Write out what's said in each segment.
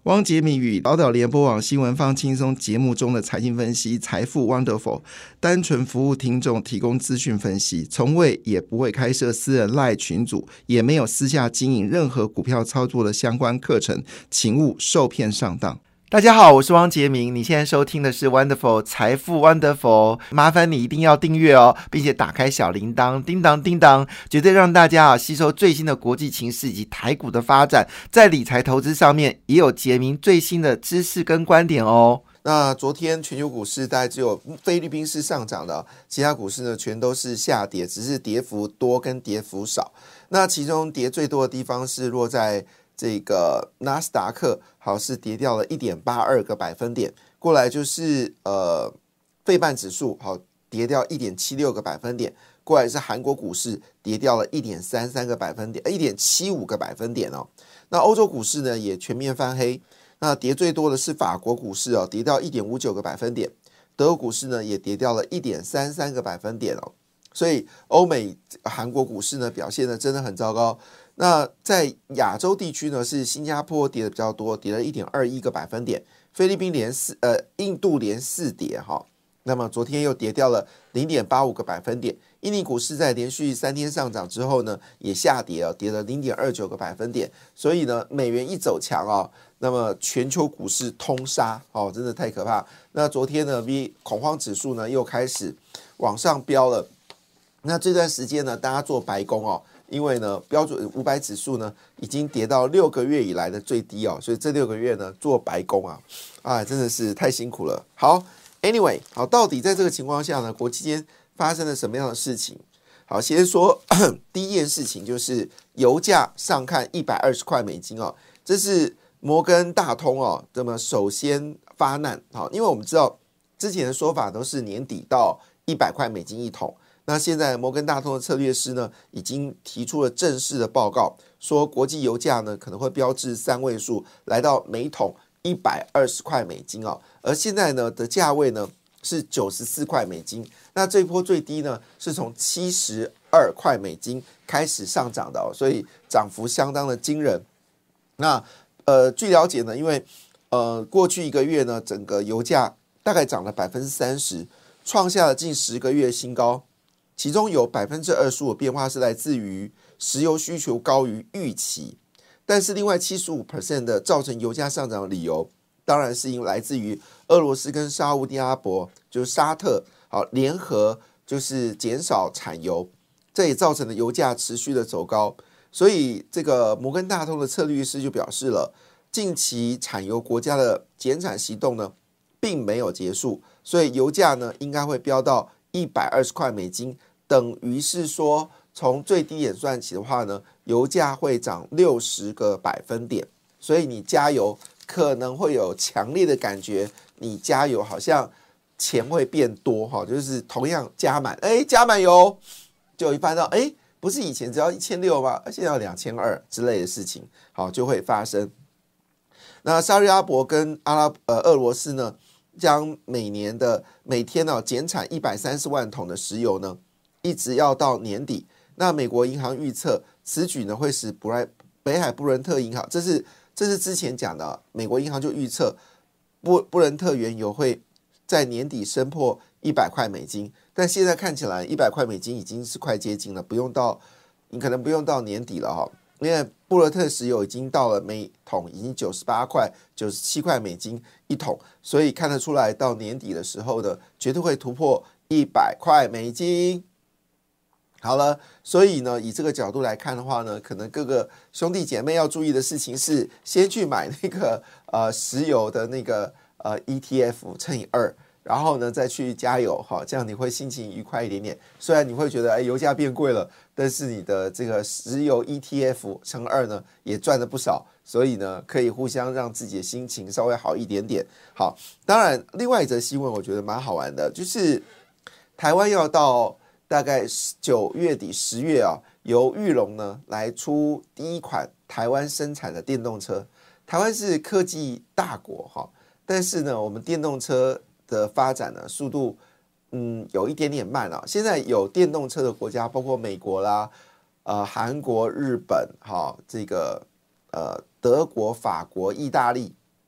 汪杰明与宝岛联播网新闻放轻松节目中的财经分析，财富 Wonderful， 单纯服务听众，提供资讯分析，从未也不会开设私人 LINE 群组，也没有私下经营任何股票操作的相关课程，请勿受骗上当。大家好，我是汪杰明，你现在收听的是 Wonderful 财富 Wonderful， 麻烦你一定要订阅哦，并且打开小铃铛，叮当叮当，绝对让大家吸收最新的国际情势以及台股的发展，在理财投资上面也有杰明最新的知识跟观点哦。那昨天全球股市大概只有菲律宾是上涨的，其他股市呢全都是下跌，只是跌幅多跟跌幅少。那其中跌最多的地方是落在这个纳斯达克，好是跌掉了 1.82 个百分点，过来就是费半指数好跌掉 1.76 个百分点，过来是韩国股市跌掉了 1.33 个百分点 1.75 个百分点哦。那欧洲股市呢也全面翻黑，那跌最多的是法国股市哦，跌掉 1.59 个百分点，德国股市呢也跌掉了 1.33 个百分点哦。所以欧美韩国股市呢表现的真的很糟糕。那在亚洲地区呢，是新加坡跌的比较多，跌了 1.21 个百分点，菲律宾印度连4跌哈。那么昨天又跌掉了 0.85 个百分点，印尼股市在连续3天上涨之后呢，也下跌哦，跌了 0.29 个百分点。所以呢，美元一走强哦，那么全球股市通杀哦，真的太可怕。那昨天呢恐慌指数呢又开始往上飙了。那这段时间呢，大家做白工哦。因为呢，标准500指数呢已经跌到6个月以来的最低哦，所以这6个月呢做白工啊，真的是太辛苦了。好 ，Anyway， 好，到底在这个情况下呢，国际间发生了什么样的事情？好，先说第一件事情就是油价上看120块美金哦，这是摩根大通哦，那么首先发难好，因为我们知道之前的说法都是年底到100块美金一桶。那现在摩根大通的策略师呢，已经提出了正式的报告，说国际油价呢可能会飙至3位数，来到每桶120块美金哦。而现在呢的价位呢是94块美金，那这一波最低呢是从72块美金开始上涨的哦，所以涨幅相当的惊人。那据了解呢，因为过去1个月呢，整个油价大概涨了 30%， 创下了近10个月新高。其中有 25% 的变化是来自于石油需求高于预期，但是另外 75% 的造成油价上涨的理由，当然是来自于俄罗斯跟沙烏地阿拉伯，就是沙特好联合就是减少产油，这也造成了油价持续的走高。所以这个摩根大通的策略师就表示了，近期产油国家的减产行动呢并没有结束，所以油价呢应该会飙到120块美金，等于是说从最低点算起的话呢，油价会涨60个百分点，所以你加油可能会有强烈的感觉，你加油好像钱会变多哈，就是同样加满，加满油就一翻到不是以前只要1600吗？现在要2200之类的事情，好就会发生。那沙特阿拉伯跟俄罗斯呢，将每天减产130万桶的石油呢，一直要到年底。那美国银行预测，此举呢会使北海布伦特银行，这是之前讲的，美国银行就预测布伦特原油会在年底升破100块美金，但现在看起来100块美金已经是快接近了，你可能不用到年底了哈。因为布伦特石油已经到了每桶已经98块、97块美金一桶，所以看得出来到年底的时候呢，绝对会突破100块美金。好了，所以呢，以这个角度来看的话呢，可能各个兄弟姐妹要注意的事情是，先去买那个石油的那个ETF 乘以2。然后呢，再去加油哈，这样你会心情愉快一点点。虽然你会觉得油价变贵了，但是你的这个石油 ETF 乘2呢也赚了不少，所以呢可以互相让自己的心情稍微好一点点。好，当然另外一则新闻我觉得蛮好玩的，就是台湾要到大概9月底10月由裕隆呢来出第一款台湾生产的电动车。台湾是科技大国哈，但是呢我们电动车的发展呢速度有一点点慢现在有电动车的国家包括美国啦、韩国、日本这个德国、法国、意大利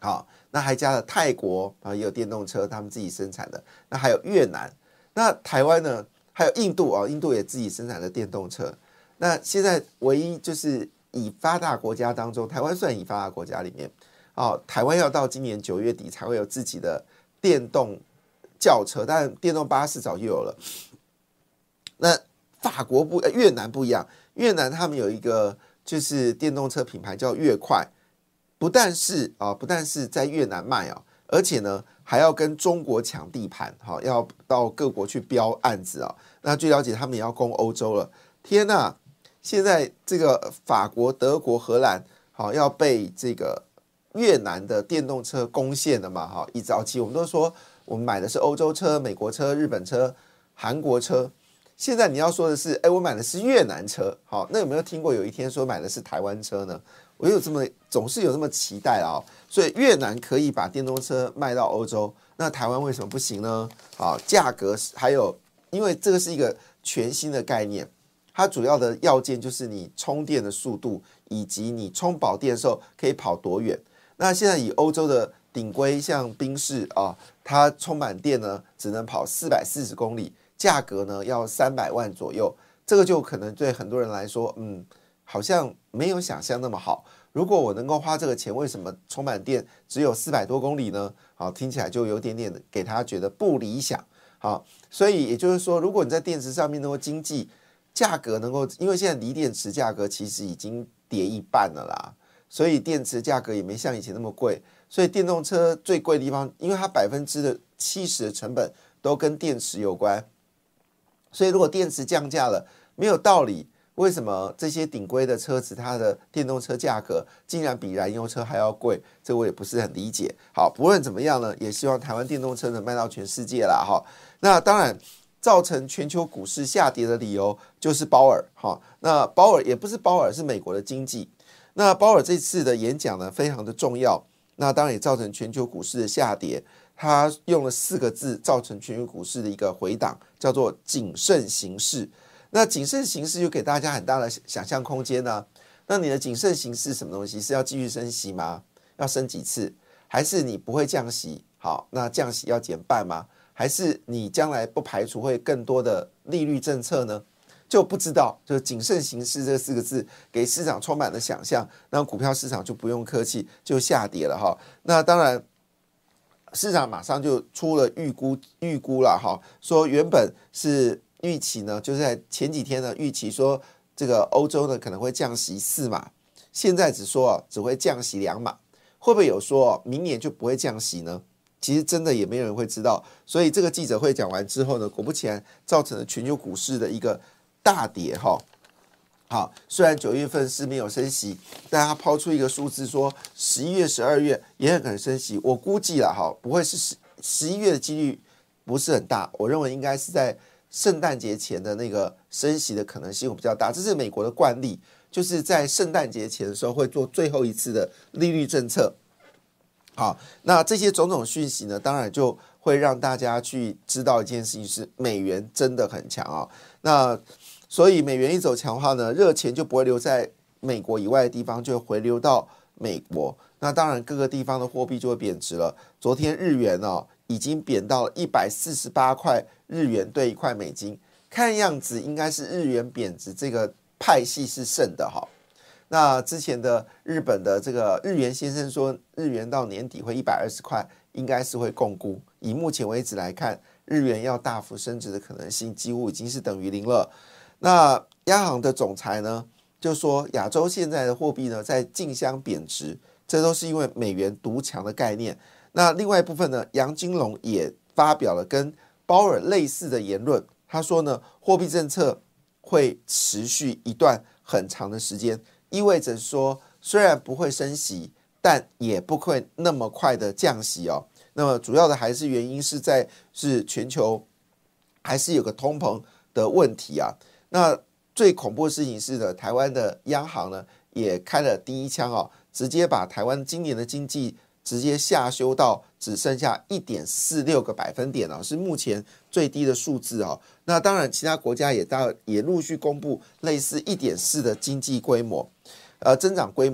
好，那还加了泰国啊，也有电动车，他们自己生产的。那还有越南，那台湾呢？还有印度啊，印度也自己生产的电动车。那现在唯一就是已发达国家当中，台湾算已发达国家里面，台湾要到今年9月底才会有自己的电动轿车，当然电动巴士早就有了。那法国越南不一样，越南他们有一个就是电动车品牌叫越快。不但是在越南卖啊，而且呢还要跟中国抢地盘，要到各国去标案子啊。那据了解，他们也要攻欧洲了。天哪！现在这个法国、德国、荷兰，要被这个越南的电动车攻陷了嘛？一早期我们都说我们买的是欧洲车、美国车、日本车、韩国车。现在你要说的是，我买的是越南车，好，那有没有听过有一天说买的是台湾车呢？我总是有这么期待啊，所以越南可以把电动车卖到欧洲，那台湾为什么不行呢？好，价格还有，因为这个是一个全新的概念，它主要的要件就是你充电的速度以及你充饱电的时候可以跑多远。那现在以欧洲的顶规像宾士啊，它充满电呢只能跑440公里，价格呢要300万左右，这个就可能对很多人来说，好像没有想象那么好。如果我能够花这个钱，为什么充满电只有400多公里呢？好，听起来就有点点给他觉得不理想。好，所以也就是说，如果你在电池上面能够经济，价格能够，因为现在锂电池价格其实已经跌一半了啦，所以电池价格也没像以前那么贵。所以电动车最贵的地方，因为它70%的成本都跟电池有关，所以如果电池降价了，没有道理。为什么这些顶规的车子，它的电动车价格竟然比燃油车还要贵？这我也不是很理解。好，不论怎么样呢，也希望台湾电动车能卖到全世界啦。哈，那当然，造成全球股市下跌的理由就是鲍尔。哈，那鲍尔也不是鲍尔，是美国的经济。那鲍尔这次的演讲呢，非常的重要。那当然也造成全球股市的下跌。他用了4个字，造成全球股市的一个回档，叫做谨慎行事。那谨慎行事就给大家很大的想象空间呢。那你的谨慎行事什么东西？是要继续升息吗？要升几次？还是你不会降息？好，那降息要减半吗？还是你将来不排除会更多的利率政策呢？就不知道。就谨慎行事这4个字给市场充满了想象，那股票市场就不用客气，就下跌了哈。那当然。市场马上就出了预估了哈，说原本是预期呢，就是在前几天呢预期说这个欧洲呢可能会降息4码，现在只说只会降息2码，会不会有说明年就不会降息呢？其实真的也没有人会知道，所以这个记者会讲完之后呢，果不其然造成了全球股市的一个大跌哈。好，虽然9月份是没有升息，但他抛出一个数字说11月、12月也很可能升息。我估计了哈，不会是11月的几率不是很大，我认为应该是在圣诞节前的那个升息的可能性会比较大。这是美国的惯例，就是在圣诞节前的时候会做最后一次的利率政策。好，那这些种种讯息呢，当然就会让大家去知道一件事情是美元真的很强啊。那所以美元一走强的话呢，热钱就不会留在美国以外的地方，就会回流到美国。那当然各个地方的货币就会贬值了。昨天日元已经贬到了148块日元兑1块美金，看样子应该是日元贬值这个派系是胜的哈。那之前的日本的这个日元先生说，日元到年底会120块，应该是会共估。以目前为止来看，日元要大幅升值的可能性几乎已经是等于0了。那央行的总裁呢，就说亚洲现在的货币呢在竞相贬值，这都是因为美元独强的概念。那另外一部分呢，杨金龙也发表了跟鲍尔类似的言论，他说呢，货币政策会持续一段很长的时间，意味着说虽然不会升息，但也不会那么快的降息哦。那么主要的还是原因是全球还是有个通膨的问题啊。那最恐怖的事情是呢，台湾的央行呢也开了第一枪直接把台湾今年的经济直接下修到只剩下1.46个百分点是目前最低的数字那当然，其他国家也陆续公布类似1.4的经济规模，增长规模。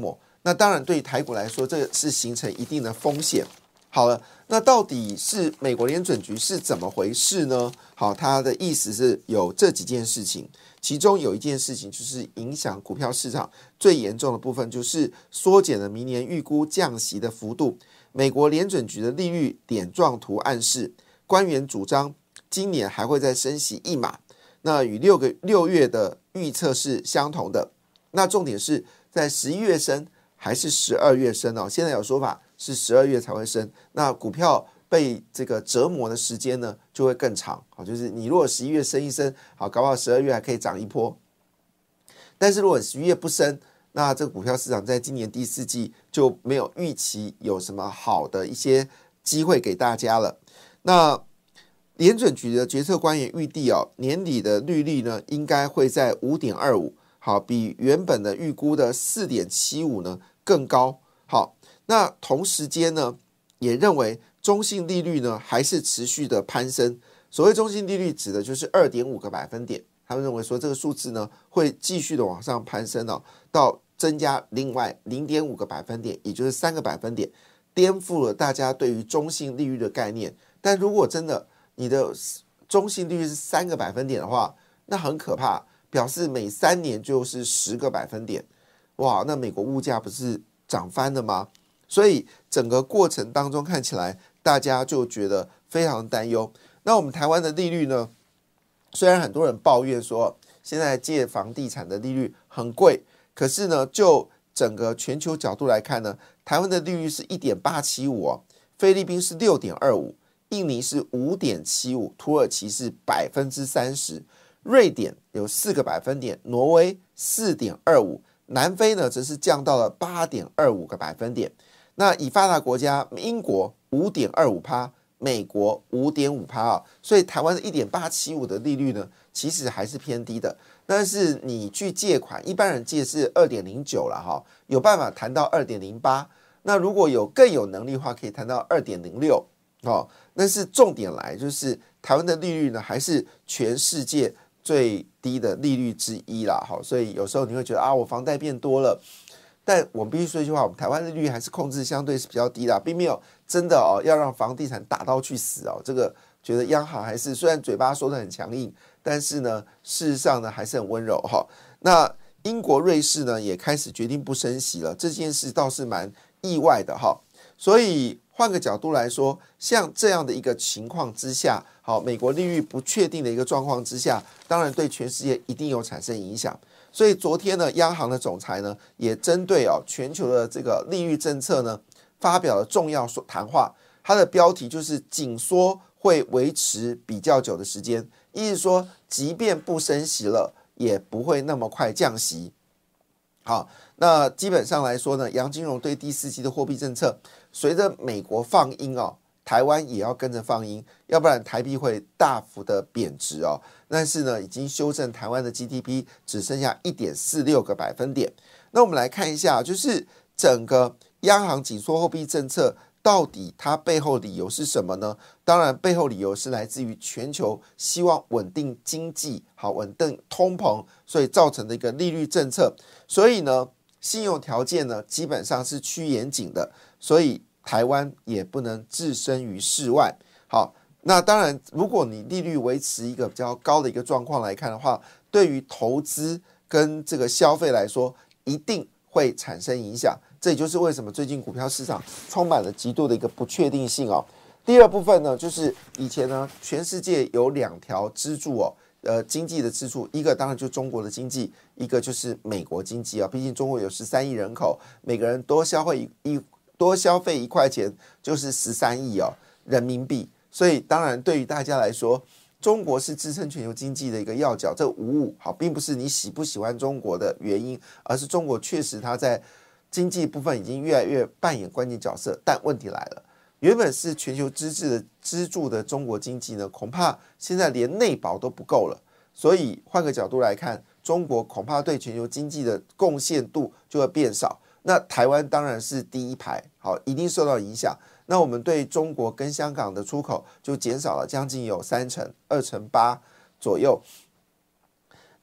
那当然对于台股来说，这是形成一定的风险。好了，那到底是美国联准局是怎么回事呢？好，它的意思是有这几件事情，其中有一件事情就是影响股票市场最严重的部分，就是缩减了明年预估降息的幅度。美国联准局的利率点状图暗示，官员主张今年还会再升息1码，那与6月的预测是相同的。那重点是在11月升还是12月升哦？现在有说法是12月才会升，那股票被这个折磨的时间呢就会更长。好，就是你如果11月升一升，好，搞不好12月还可以涨一波。但是如果11月不升，那这个股票市场在今年第4季就没有预期有什么好的一些机会给大家了。那联准局的决策官员预计年底的利率呢应该会在 5.25， 好，比原本的预估的 4.75 呢更高。好，那同时间呢也认为中性利率呢还是持续的攀升。所谓中性利率指的就是 2.5 个百分点，他们认为说这个数字呢会继续的往上攀升到增加另外 0.5 个百分点，也就是3个百分点，颠覆了大家对于中性利率的概念。但如果真的你的中性利率是3个百分点的话，那很可怕，表示每3年就是10个百分点，哇，那美国物价不是涨翻了吗？所以整个过程当中看起来大家就觉得非常担忧。那我们台湾的利率呢，虽然很多人抱怨说现在借房地产的利率很贵，可是呢就整个全球角度来看呢，台湾的利率是 1.875 菲律宾是 6.25， 印尼是 5.75， 土耳其是 30%， 瑞典有4个百分点，挪威 4.25， 南非呢则是降到了 8.25 个百分点。那以发达国家，英国 5.25%， 美国 5.5%， 所以台湾的 1.875 的利率呢其实还是偏低的。但是你去借款，一般人借是 2.09 了有办法谈到 2.08， 那如果有更有能力的话可以谈到 2.06。但是重点来就是台湾的利率呢还是全世界最低的利率之一啦。所以有时候你会觉得我房贷变多了，但我们必须说一句话，我们台湾的利率还是控制相对是比较低的，并没有真的要让房地产打到去死这个觉得央行还是虽然嘴巴说得很强硬，但是呢事实上呢还是很温柔那英国瑞士呢也开始决定不升息了，这件事倒是蛮意外的所以换个角度来说，像这样的一个情况之下，美国利率不确定的一个状况之下，当然对全世界一定有产生影响。所以昨天呢，央行的总裁呢也针对全球的这个利率政策呢发表了重要谈话，它的标题就是紧缩会维持比较久的时间，意思说即便不升息了，也不会那么快降息。好，那基本上来说呢，杨金龙对第4季的货币政策，随着美国放鹰台湾也要跟着放鹰，要不然台币会大幅的贬值但是呢，已经修正台湾的 GDP 只剩下 1.46 个百分点。那我们来看一下，就是整个央行紧缩货币政策到底它背后理由是什么呢？当然背后理由是来自于全球希望稳定经济，稳定通膨，所以造成的一个利率政策。所以呢，信用条件呢基本上是趋严谨的，所以台湾也不能置身于事外。好，那当然如果你利率维持一个比较高的一个状况来看的话，对于投资跟这个消费来说一定会产生影响，这也就是为什么最近股票市场充满了极度的一个不确定性第二部分呢，就是以前呢全世界有2条支柱经济的支柱，一个当然就是中国的经济，一个就是美国经济毕竟中国有13亿人口，每个人多消费1块钱就是13亿人民币，所以当然对于大家来说，中国是支撑全球经济的一个要角，这5并不是你喜不喜欢中国的原因，而是中国确实它在经济部分已经越来越扮演关键角色。但问题来了，原本是全球支柱的中国经济呢，恐怕现在连内保都不够了。所以换个角度来看，中国恐怕对全球经济的贡献度就会变少。那台湾当然是第一排，一定受到影响。那我们对中国跟香港的出口就减少了将近有3成，2.8%左右。那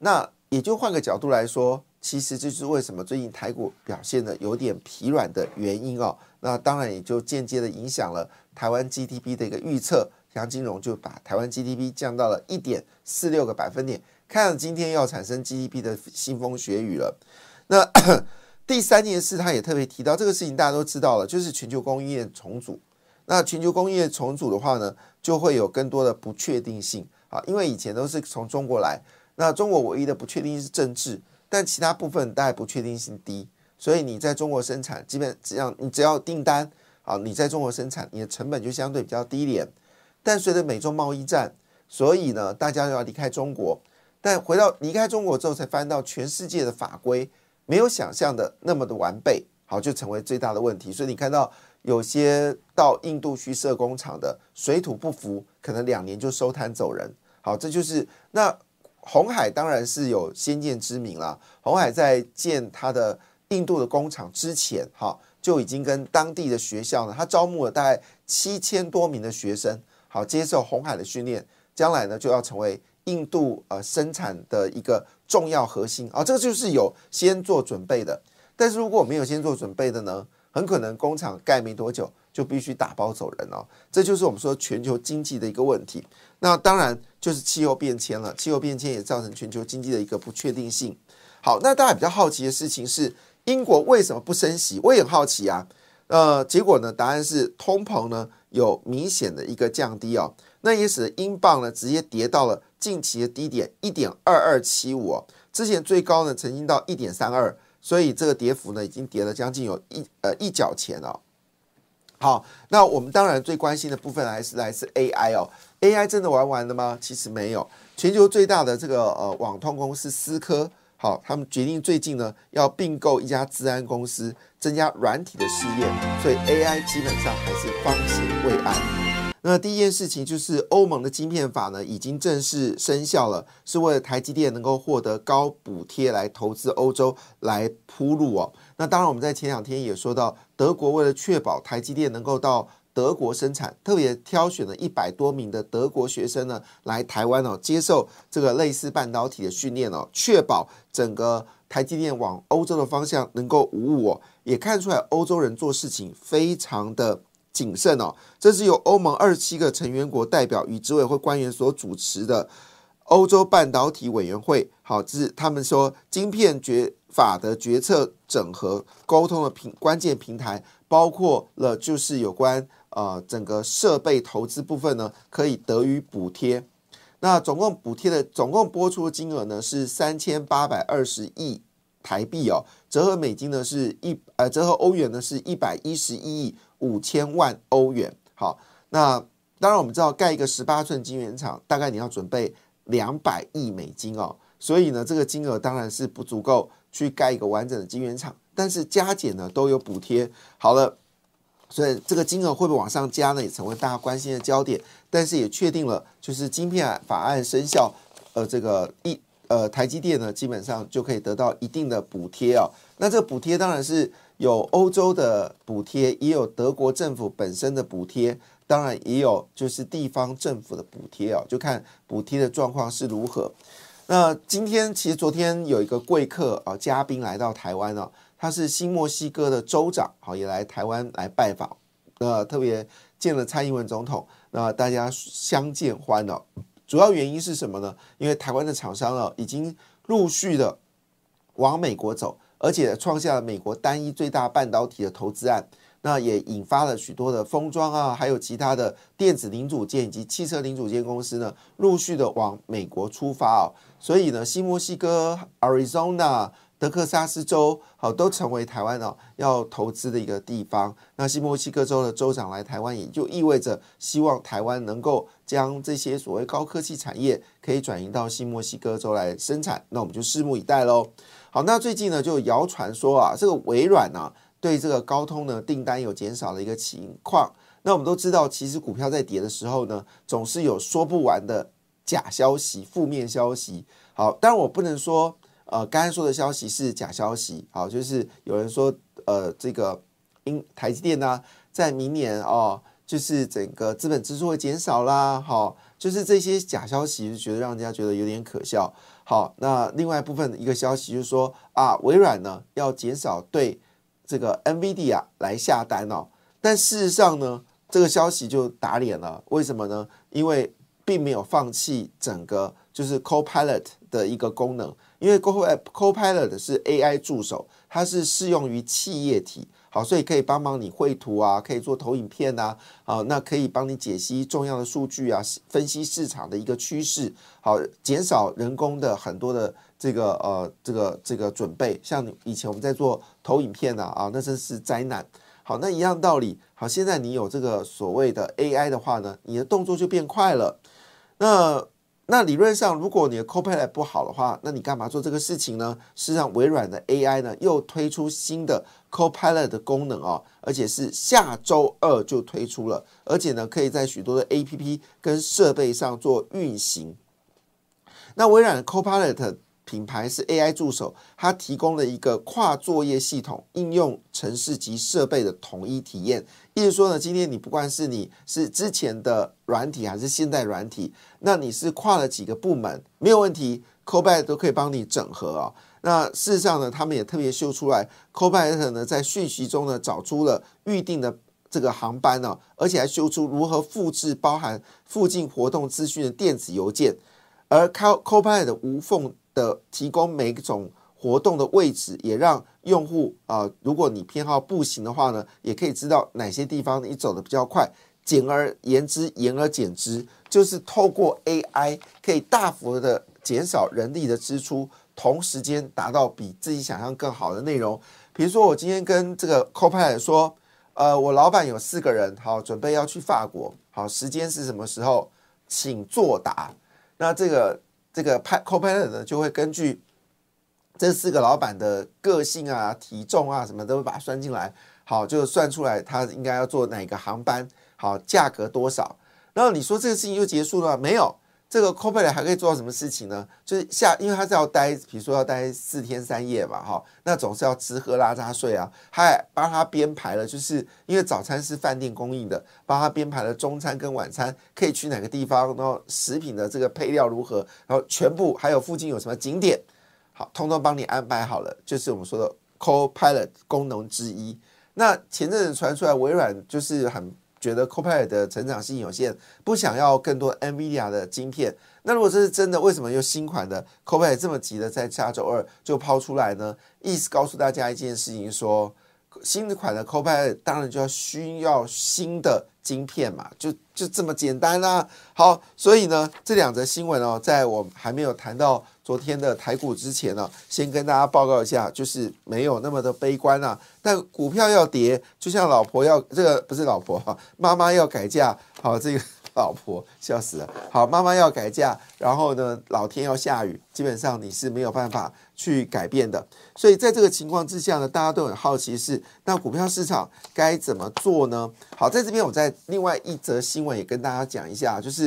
也就换个角度来说，其实这就是为什么最近台股表现的有点疲软的原因哦。那当然也就间接的影响了台湾 GDP 的一个预测，像金融就把台湾 GDP 降到了1.46个百分点，看了今天要产生 GDP 的腥风血雨了。那第三件事，他也特别提到这个事情，大家都知道了，就是全球供应链重组。那全球供应链重组的话呢，就会有更多的不确定性啊，因为以前都是从中国来，那中国唯一的不确定性是政治，但其他部分大概不确定性低，所以你在中国生产，基本你只要订单啊，你在中国生产，你的成本就相对比较低廉。但随着美中贸易战，所以呢，大家要离开中国，但离开中国之后，才发现到全世界的法规没有想象的那么的完备，好，就成为最大的问题。所以你看到有些到印度去设工厂的水土不服，可能2年就收摊走人。好，这就是那鸿海当然是有先见之明啦。鸿海在建他的印度的工厂之前，哈，就已经跟当地的学校呢，他招募了大概7000多名的学生，好，接受鸿海的训练，将来呢就要成为印度生产的一个重要核心啊，这个就是有先做准备的。但是如果没有先做准备的呢，很可能工厂盖没多久就必须打包走人哦。这就是我们说全球经济的一个问题。那当然就是气候变迁了，气候变迁也造成全球经济的一个不确定性。好，那大家比较好奇的事情是，英国为什么不升息？我也很好奇啊。结果呢，答案是通膨呢有明显的一个降低哦，那也使得英镑呢直接跌到了近期的低点1.2275哦，之前最高呢曾经到1.32，所以这个跌幅呢已经跌了将近有一角钱哦。好，那我们当然最关心的部分还是来自 AI 哦。AI 真的玩完了吗？其实没有。全球最大的这个网通公司思科，好，他们决定最近呢要并购一家资安公司，增加软体的事业，所以 AI 基本上还是方兴未艾。那第一件事情就是欧盟的晶片法呢已经正式生效了，是为了台积电能够获得高补贴来投资欧洲来铺路哦。那当然我们在前2天也说到，德国为了确保台积电能够到德国生产，特别挑选了100多名的德国学生呢来台湾哦，接受这个类似半导体的训练哦，确保整个台积电往欧洲的方向能够无误哦。也看出来欧洲人做事情非常的谨慎哦。这是由欧盟27个成员国代表与执委会官员所主持的欧洲半导体委员会。好，这是他们说晶片法的决策整合沟通的关键平台，包括了就是有关整个设备投资部分呢可以得予补贴。那总共播出的金额呢是3820亿台币哦，折合美金呢是折合欧元呢是111亿5千万欧元。好，那当然我们知道盖一个18寸晶圆厂，大概你要准备200亿美金哦，所以呢这个金额当然是不足够去盖一个完整的晶圆厂，但是加减呢都有补贴。好了，所以这个金额会不会往上加呢，也成为大家关心的焦点。但是也确定了，就是晶片法案生效，台积电呢基本上就可以得到一定的补贴哦。那这个补贴当然是有欧洲的补贴，也有德国政府本身的补贴，当然也有就是地方政府的补贴哦，就看补贴的状况是如何。那其实昨天有一个贵客嘉宾来到台湾哦，他是新墨西哥的州长，好，也来台湾来拜访，特别见了蔡英文总统，那大家相见欢哦。主要原因是什么呢？因为台湾的厂商已经陆续的往美国走，而且创下了美国单一最大半导体的投资案，那也引发了许多的封装啊，还有其他的电子零组件以及汽车零组件公司呢，陆续的往美国出发哦。所以呢，新墨西哥、Arizona、德克萨斯州都成为台湾要投资的一个地方。那新墨西哥州的州长来台湾，也就意味着希望台湾能够将这些所谓高科技产业可以转移到新墨西哥州来生产。那我们就拭目以待喽。好，那最近呢就谣传说这个微软对这个高通呢订单有减少的一个情况。那我们都知道，其实股票在跌的时候呢，总是有说不完的假消息、负面消息。好，当然我不能说刚才说的消息是假消息。好，就是有人说这个台积电呢在明年就是整个资本支出会减少啦，好，就是这些假消息就觉得让人家觉得有点可笑。好，那另外一部分一个消息就是说啊，微软呢要减少对这个 NVIDIA 来下单哦，但事实上呢，这个消息就打脸了，为什么呢？因为并没有放弃整个就是 Copilot 的一个功能，因为 Copilot 是 AI 助手，它是适用于企业体，好，所以可以帮忙你绘图啊，可以做投影片啊，好，那可以帮你解析重要的数据啊，分析市场的一个趋势，好，减少人工的很多的这个准备，像以前我们在做投影片啊，那真是灾难。好，那一样道理，好，现在你有这个所谓的 AI 的话呢，你的动作就变快了。那理论上，如果你的 Copilot 不好的话，那你干嘛做这个事情呢？事实上，微软的 AI 呢又推出新的 Copilot 的功能哦，而且是下周2就推出了，而且呢可以在许多的 APP 跟设备上做运行。那微软的 Copilot 品牌是 AI 助手，它提供了一个跨作业系统、应用程式及设备的统一体验。意思说呢，今天你不管是你是之前的软体还是现代软体，那你是跨了几个部门，没有问题 ，Copilot 都可以帮你整合哦。那事实上呢，他们也特别秀出来 ，Copilot 呢在讯息中呢找出了预定的这个航班呢，而且还秀出如何复制包含附近活动资讯的电子邮件，而 Copilot 无缝的提供每种活动的位置，也让用户如果你偏好步行的话呢，也可以知道哪些地方你走得比较快。简而言之，言而简之，就是透过 AI 可以大幅的减少人力的支出，同时间达到比自己想象更好的内容。比如说，我今天跟这个 Copilot 说，我老板有4个人，好，准备要去法国，好，时间是什么时候？请作答。那这个 Copilot 呢，就会根据这4个老板的个性啊、体重啊什么都会把它算进来，好，就算出来他应该要坐哪个航班，好，价格多少。然后你说这个事情就结束了吗？没有，这个 Copilot 还可以做到什么事情呢？就是因为他是要待，比如说要待4天3夜嘛，哈，那总是要吃喝拉撒睡啊，他还帮他编排了，就是因为早餐是饭店供应的，帮他编排了中餐跟晚餐可以去哪个地方，然后食品的这个配料如何，然后全部还有附近有什么景点，好，通通帮你安排好了，就是我们说的 Copilot 功能之一。那前阵子传出来，微软就是很觉得 Copilot 的成长性有限，不想要更多 NVIDIA 的晶片。那如果这是真的，为什么又新款的 Copilot 这么急的在下周2就抛出来呢？意思告诉大家一件事情说，新款的 Copilot 当然就需要新的晶片嘛，就这么简单啦。好，所以呢，这2则新闻哦，在我还没有谈到昨天的台股之前呢，先跟大家报告一下，就是没有那么的悲观啊。但股票要跌，就像老婆要这个不是老婆哈，妈妈要改嫁，好，这个老婆笑死了。好，妈妈要改嫁，然后呢，老天要下雨，基本上你是没有办法去改变的。所以在这个情况之下呢，大家都很好奇是，那股票市场该怎么做呢？好，在这边我在另外一则新闻也跟大家讲一下，就是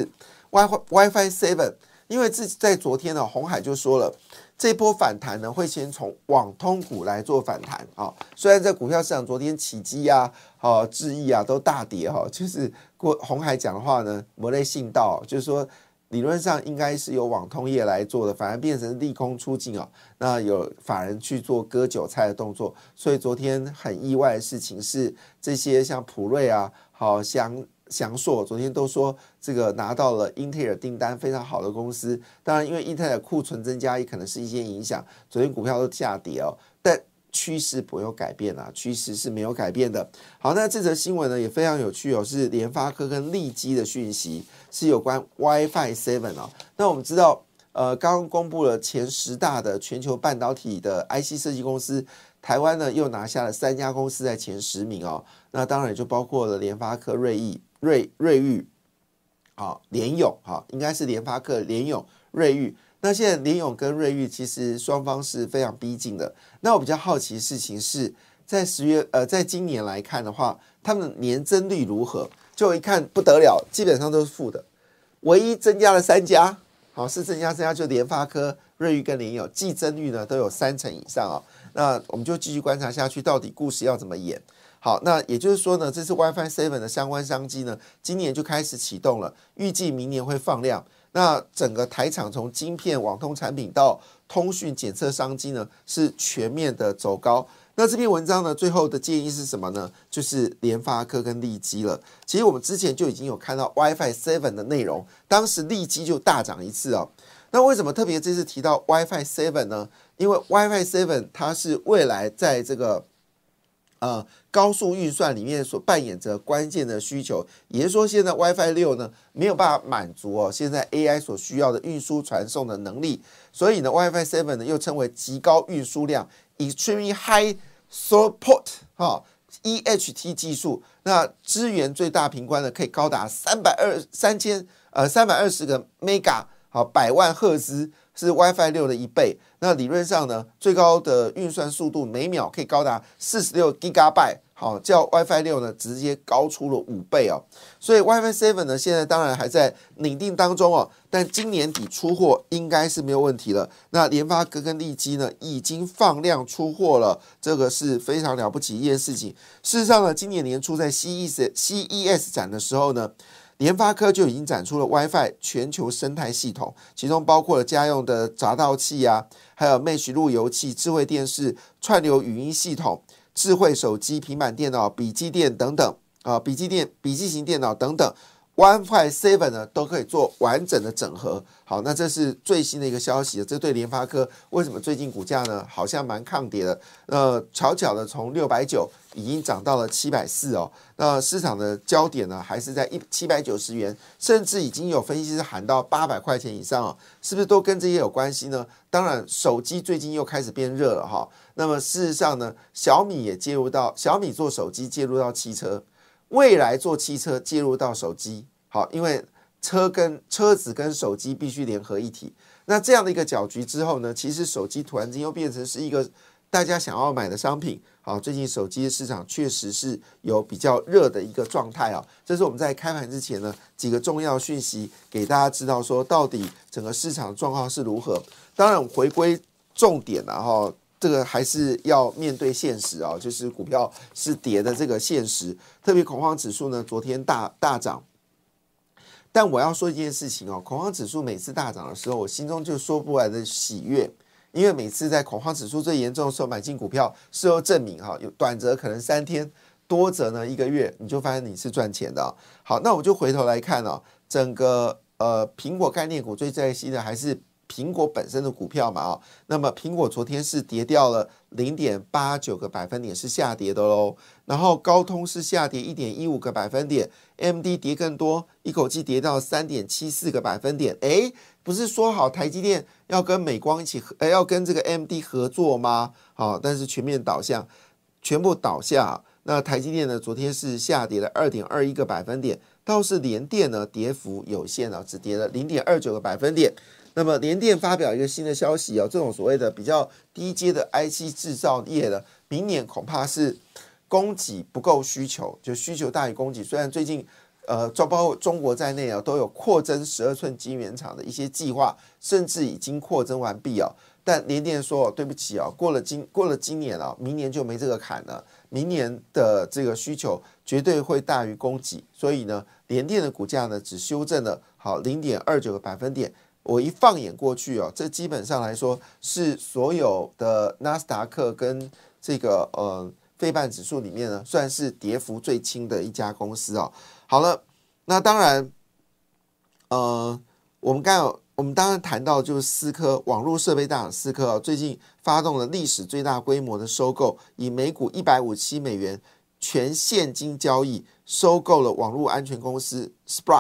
WiFi 7。因为在昨天呢，鸿海就说了，这波反弹呢会先从网通股来做反弹啊。虽然在股票市场昨天起基啊、智易啊都大跌哈，就是鸿海讲的话呢，没类信道，就是说理论上应该是由网通业来做的，反而变成利空出尽啊。那有法人去做割韭菜的动作，所以昨天很意外的事情是，这些像普瑞啊，好像翔硕昨天都说这个拿到了英特尔订单，非常好的公司。当然，因为英特尔库存增加也可能是一些影响，昨天股票都下跌哦。但趋势没有改变啊，趋势是没有改变的。好，那这则新闻呢也非常有趣哦，是联发科跟力基的讯息，是有关 WiFi 7哦。那我们知道，刚刚公布了前10大的全球半导体的 IC 设计公司。台湾呢又拿下了3家公司在前10名哦，那当然也就包括了联发科、瑞昱，联咏，应该是联发科、联咏、瑞昱。那现在联咏跟瑞昱其实双方是非常逼近的。那我比较好奇的事情是在在今年来看的话，他们的年增率如何？就一看不得了，基本上都是负的，唯一增加了3家，是增加就联发科、瑞昱跟联咏，季增率呢都有30%以上哦。那我们就继续观察下去，到底故事要怎么演？ 好，那也就是说呢，这次 WiFi 7的相关商机呢，今年就开始启动了，预计明年会放量。那整个台厂从晶片、网通产品到通讯检测商机呢，是全面的走高。那这篇文章呢，最后的建议是什么呢？就是联发科跟力基了。其实我们之前就已经有看到 WiFi 7的内容，当时力基就大涨一次哦。那为什么特别这次提到 WiFi 7呢？因为 WiFi 7它是未来在这个高速运算里面所扮演着关键的需求，也就是说，现在 WiFi 6呢没有办法满足现在 AI 所需要的运输传送的能力，所以呢 WiFi 7呢又称为极高运输量 （Extremely High Throughput） EHT 技术，那支援最大频宽呢可以高达320个 mega 百万赫兹，是 WiFi 6的1倍。那理论上呢，最高的运算速度每秒可以高达46 GB， 较 WiFi 6呢直接高出了5倍哦。所以 WiFi 7呢现在当然还在拟定当中哦，但今年底出货应该是没有问题了。那联发科跟力基呢已经放量出货了，这个是非常了不起一件事情。事实上呢，今年年初在 CES 展的时候呢，联发科就已经展出了 WiFi 全球生态系统，其中包括了家用的闸道器还有 Mesh 路由器、智慧电视、串流语音系统、智慧手机、平板电脑、笔记电等等笔记型电脑等等。WiFi 7呢都可以做完整的整合。好，那这是最新的一个消息，这对联发科为什么最近股价呢好像蛮抗跌的？悄悄的从690已经涨到了740哦。那市场的焦点呢还是在790元，甚至已经有分析师喊到800块钱以上哦，是不是都跟这些有关系呢？当然，手机最近又开始变热了哈。那么事实上呢，小米做手机介入到汽车。未来做汽车介入到手机，好，因为车子跟手机必须联合一体。那这样的一个搅局之后呢，其实手机突然间又变成是一个大家想要买的商品。好，最近手机的市场确实是有比较热的一个状态啊。这是我们在开盘之前呢几个重要讯息给大家知道，说到底整个市场状况是如何。当然，回归重点哈。这个还是要面对现实啊，就是股票是跌的这个现实，特别恐慌指数呢，昨天大涨。但我要说一件事情哦，恐慌指数每次大涨的时候，我心中就说不来的喜悦，因为每次在恐慌指数最严重的时候买进股票，事后证明有短则可能3天，多则呢1个月，你就发现你是赚钱的。好，那我就回头来看整个苹果概念股最在意的还是苹果本身的股票嘛那么苹果昨天是跌掉了0.89个百分点，是下跌的咯。然后高通是下跌1.15个百分点 ，AMD 跌更多，一口气跌到3.74个百分点。不是说好台积电要跟美光一起要跟这个 AMD 合作吗？但是全部倒下。那台积电呢，昨天是下跌了2.21个百分点，倒是联电呢跌幅有限只跌了0.29个百分点。那么联电发表一个新的消息这种所谓的比较低阶的 IC 制造业的，明年恐怕是供给不够需求，就需求大于供给。虽然最近包括中国在内都有扩增12寸晶圆厂的一些计划，甚至已经扩增完毕但联电说对不起过了今年明年就没这个坎了，明年的这个需求绝对会大于供给，所以呢，联电的股价呢只修正了0.29个百分点。我一放眼过去这基本上来说是所有的纳斯达克跟这个费半指数里面呢，算是跌幅最轻的一家公司好了，那当然我们当然谈到就是思科网络设备大厂思科最近发动了历史最大规模的收购，以每股157美元全现金交易收购了网络安全公司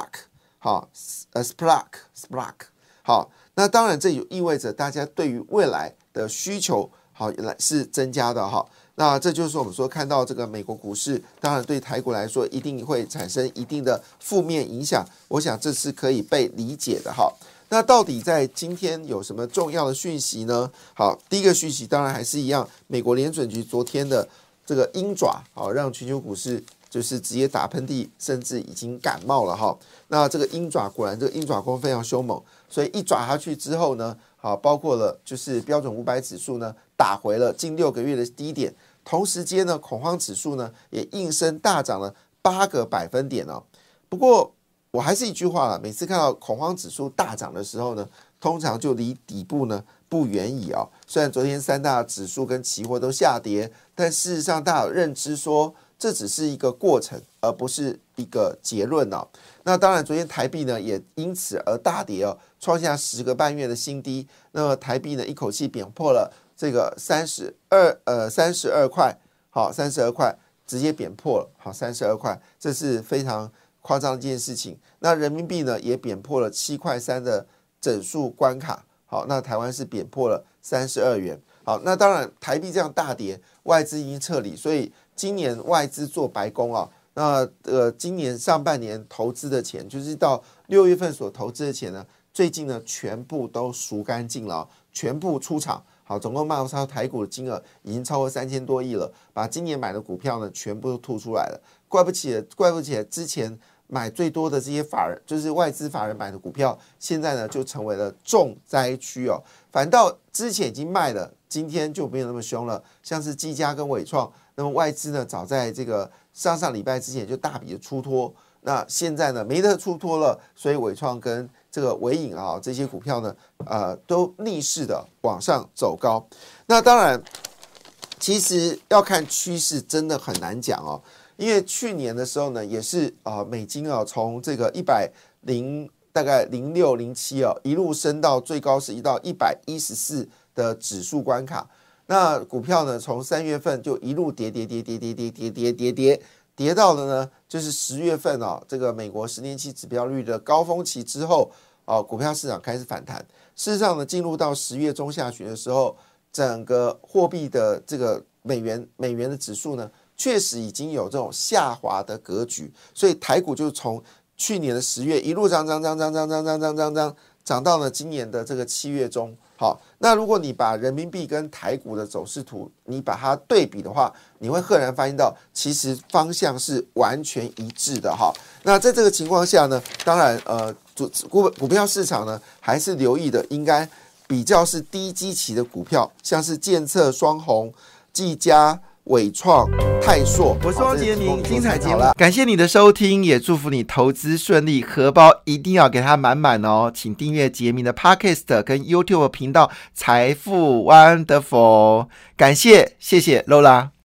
Splunk。好，那当然这也意味着大家对于未来的需求是增加的那这就是我们说看到这个美国股市，当然对台股来说一定会产生一定的负面影响，我想这是可以被理解的那到底在今天有什么重要的讯息呢？好，第一个讯息当然还是一样，美国联准局昨天的这个鹰爪让全球股市就是直接打喷嚏，甚至已经感冒了那这个鹰爪果然这个鹰爪功非常凶猛，所以一爪下去之后呢，包括了就是标准500指数呢打回了近6个月的低点， 同时间呢，恐慌指数呢也应声大涨了8个百分点哦。不过我还是一句话了，每次看到恐慌指数大涨的时候呢，通常就离底部呢不远矣哦。虽然昨天3大指数跟期货都下跌，但事实上大家有认知说，这只是一个过程，而不是一个结论哦。那当然，昨天台币呢也因此而大跌哦，创下10个半月的新低。那么台币呢一口气贬破了这个32块，好，32块直接贬破了，好，32块，这是非常夸张的一件事情。那人民币呢也贬破了7块3的整数关卡，好，那台湾是贬破了32元。好，那当然台币这样大跌，外资已经撤离，所以今年外资做白工啊。那今年上半年投资的钱，就是到6月份所投资的钱呢，最近呢全部都赎干净了，全部出场。好，总共卖超台股的金额已经超过3000多亿了，把今年买的股票呢全部都吐出来了。怪不起来之前买最多的这些法人，就是外资法人买的股票，现在呢就成为了重灾区哦。反倒之前已经卖了，今天就没有那么凶了，像是技嘉跟伟创，那么外资呢早在这个上礼拜之前就大笔的出脱，那现在呢没得出脱了，所以伟创跟这个伟影啊这些股票呢，都逆势的往上走高。那当然，其实要看趋势真的很难讲哦。因为去年的时候呢，也是美金啊从这个大概06、07啊一路升到最高是到114的指数关卡。那股票呢从3月份就一路跌到了呢就是10月份啊这个美国10年期指标率的高峰期之后啊，股票市场开始反弹。事实上呢，进入到10月中下旬的时候，整个货币的这个美元的指数呢，确实已经有这种下滑的格局，所以台股就从去年的10月一路涨到了今年的这个7月中。好，那如果你把人民币跟台股的走势图，你把它对比的话，你会赫然发现到，其实方向是完全一致的哈。那在这个情况下呢，当然股票市场呢还是留意的，应该比较是低基期的股票，像是建策、双红、技嘉、伟创、泰硕。我是汪杰明，精彩节目，感谢你的收听，也祝福你投资顺利，荷包一定要给它满满哦。请订阅杰明的 Podcast 跟 YouTube 频道财富 Wonderful， 感谢，谢谢 Lola。